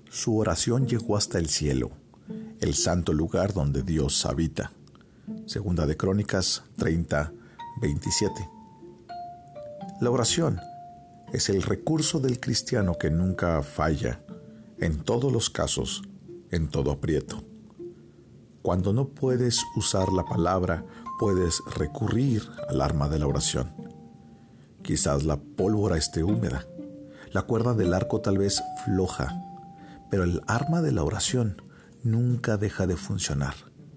Su oración llegó hasta el cielo, el santo lugar donde Dios habita. Segunda de Crónicas 30:27. La oración es el recurso del cristiano que nunca falla, en todos los casos, en todo aprieto. Cuando no puedes usar la palabra, puedes recurrir al arma de la oración. Quizás la pólvora esté húmeda, la cuerda del arco tal vez floja, pero el arma de la oración nunca deja de funcionar.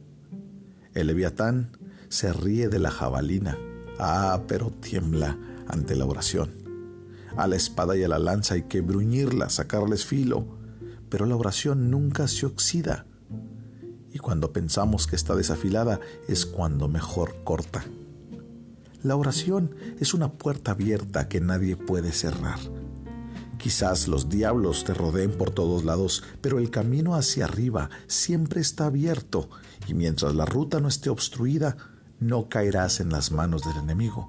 El leviatán se ríe de la jabalina, pero tiembla ante la oración. A la espada y a la lanza hay que bruñirla, sacarles filo, pero la oración nunca se oxida. Y cuando pensamos que está desafilada es cuando mejor corta. La oración es una puerta abierta que nadie puede cerrar. Quizás los diablos te rodeen por todos lados, pero el camino hacia arriba siempre está abierto, y mientras la ruta no esté obstruida, no caerás en las manos del enemigo.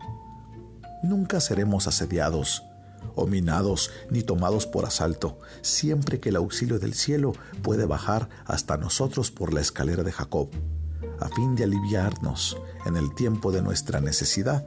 Nunca seremos asediados, o minados, ni tomados por asalto, siempre que el auxilio del cielo puede bajar hasta nosotros por la escalera de Jacob, a fin de aliviarnos en el tiempo de nuestra necesidad.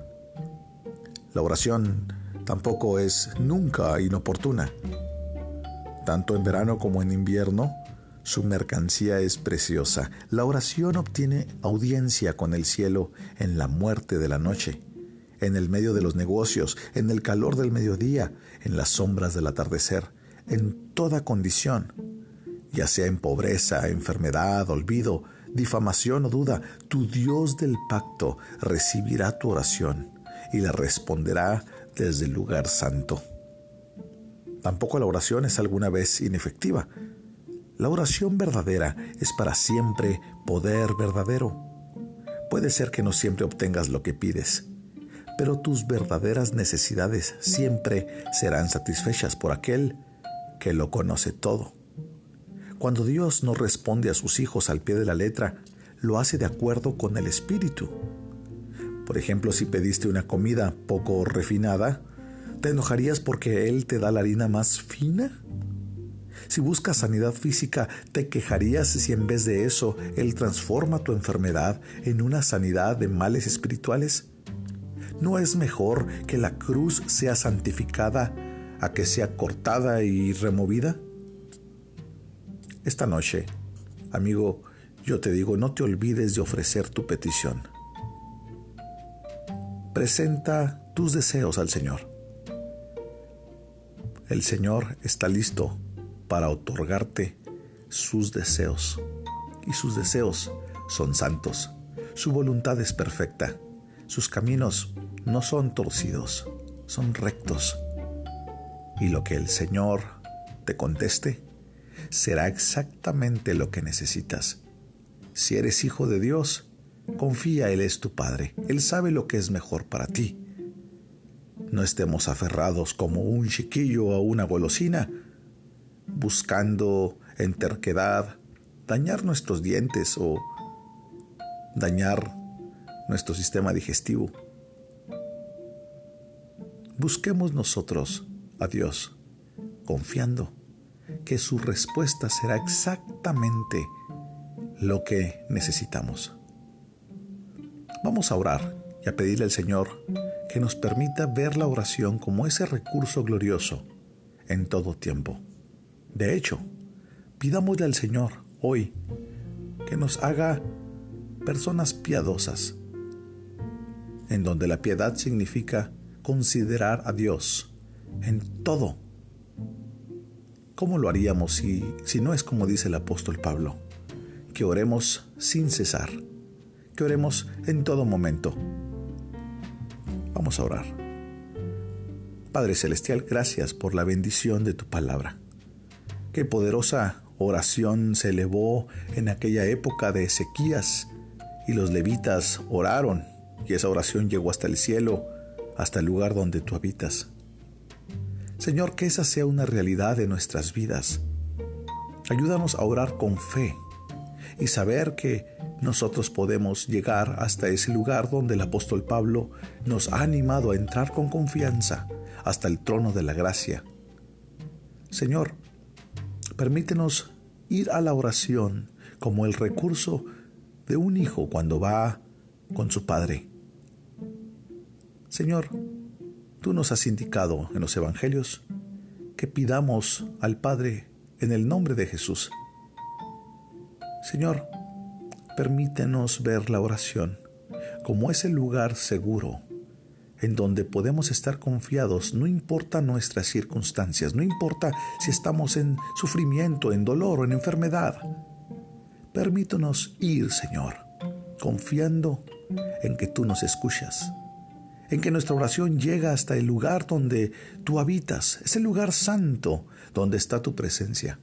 La oración tampoco es nunca inoportuna. Tanto en verano como en invierno, su mercancía es preciosa. La oración obtiene audiencia con el cielo en la muerte de la noche, en el medio de los negocios, en el calor del mediodía, en las sombras del atardecer, en toda condición, ya sea en pobreza, enfermedad, olvido, difamación o duda. Tu Dios del pacto recibirá tu oración y la responderá desde el lugar santo. Tampoco la oración es alguna vez inefectiva. La oración verdadera es para siempre poder verdadero. Puede ser que no siempre obtengas lo que pides, pero tus verdaderas necesidades siempre serán satisfechas por aquel que lo conoce todo. Cuando Dios no responde a sus hijos al pie de la letra, lo hace de acuerdo con el Espíritu. Por ejemplo, si pediste una comida poco refinada, ¿te enojarías porque Él te da la harina más fina? Si buscas sanidad física, ¿te quejarías si en vez de eso Él transforma tu enfermedad en una sanidad de males espirituales? ¿No es mejor que la cruz sea santificada a que sea cortada y removida? Esta noche, amigo, yo te digo, no te olvides de ofrecer tu petición. Presenta tus deseos al Señor. El Señor está listo para otorgarte sus deseos, y sus deseos son santos. Su voluntad es perfecta. Sus caminos no son torcidos, son rectos. Y lo que el Señor te conteste será exactamente lo que necesitas. Si eres hijo de Dios, confía, Él es tu Padre. Él sabe lo que es mejor para ti. No estemos aferrados como un chiquillo a una golosina, buscando en terquedad dañar nuestros dientes o dañar nuestro sistema digestivo. Busquemos nosotros a Dios, confiando que su respuesta será exactamente lo que necesitamos. Vamos a orar y a pedirle al Señor que nos permita ver la oración como ese recurso glorioso en todo tiempo. De hecho, pidámosle al Señor hoy que nos haga personas piadosas, en donde la piedad significa considerar a Dios en todo. ¿Cómo lo haríamos si no es como dice el apóstol Pablo? Que oremos sin cesar, que oremos en todo momento. Vamos a orar. Padre Celestial, gracias por la bendición de tu palabra. Qué poderosa oración se elevó en aquella época de Ezequías, y los levitas oraron, y esa oración llegó hasta el cielo, hasta el lugar donde tú habitas. Señor, que esa sea una realidad de nuestras vidas. Ayúdanos a orar con fe y saber que nosotros podemos llegar hasta ese lugar donde el apóstol Pablo nos ha animado a entrar con confianza hasta el trono de la gracia. Señor, Permítenos ir a la oración como el recurso de un hijo cuando va con su padre. Señor, tú nos has indicado en los evangelios que pidamos al Padre en el nombre de Jesús. Señor, permítenos ver la oración como ese lugar seguro en donde podemos estar confiados, no importa nuestras circunstancias, no importa si estamos en sufrimiento, en dolor o en enfermedad. Permítanos ir, Señor, confiando en que tú nos escuchas, en que nuestra oración llega hasta el lugar donde tú habitas, ese lugar santo donde está tu presencia.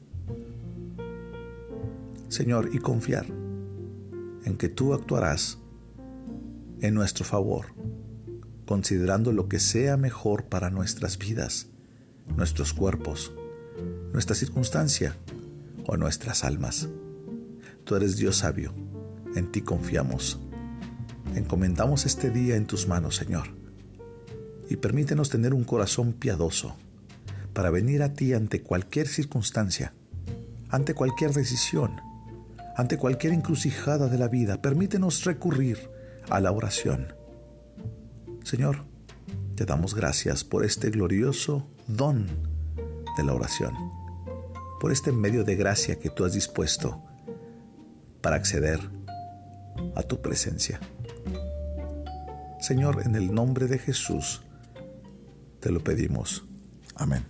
Señor, y confiar en que tú actuarás en nuestro favor, considerando lo que sea mejor para nuestras vidas, nuestros cuerpos, nuestra circunstancia o nuestras almas. Tú eres Dios sabio, en ti confiamos. Encomendamos este día en tus manos, Señor, y permítenos tener un corazón piadoso para venir a ti ante cualquier circunstancia, ante cualquier decisión, ante cualquier encrucijada de la vida. Permítenos recurrir a la oración. Señor, te damos gracias por este glorioso don de la oración, por este medio de gracia que tú has dispuesto para acceder a tu presencia. Señor, en el nombre de Jesús, te lo pedimos. Amén.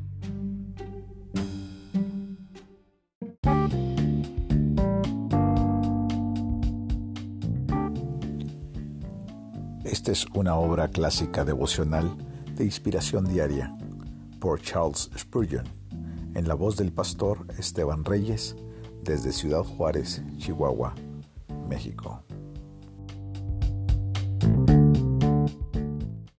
Esta es una obra clásica devocional de inspiración diaria por Charles Spurgeon, en la voz del pastor Esteban Reyes, desde Ciudad Juárez, Chihuahua, México.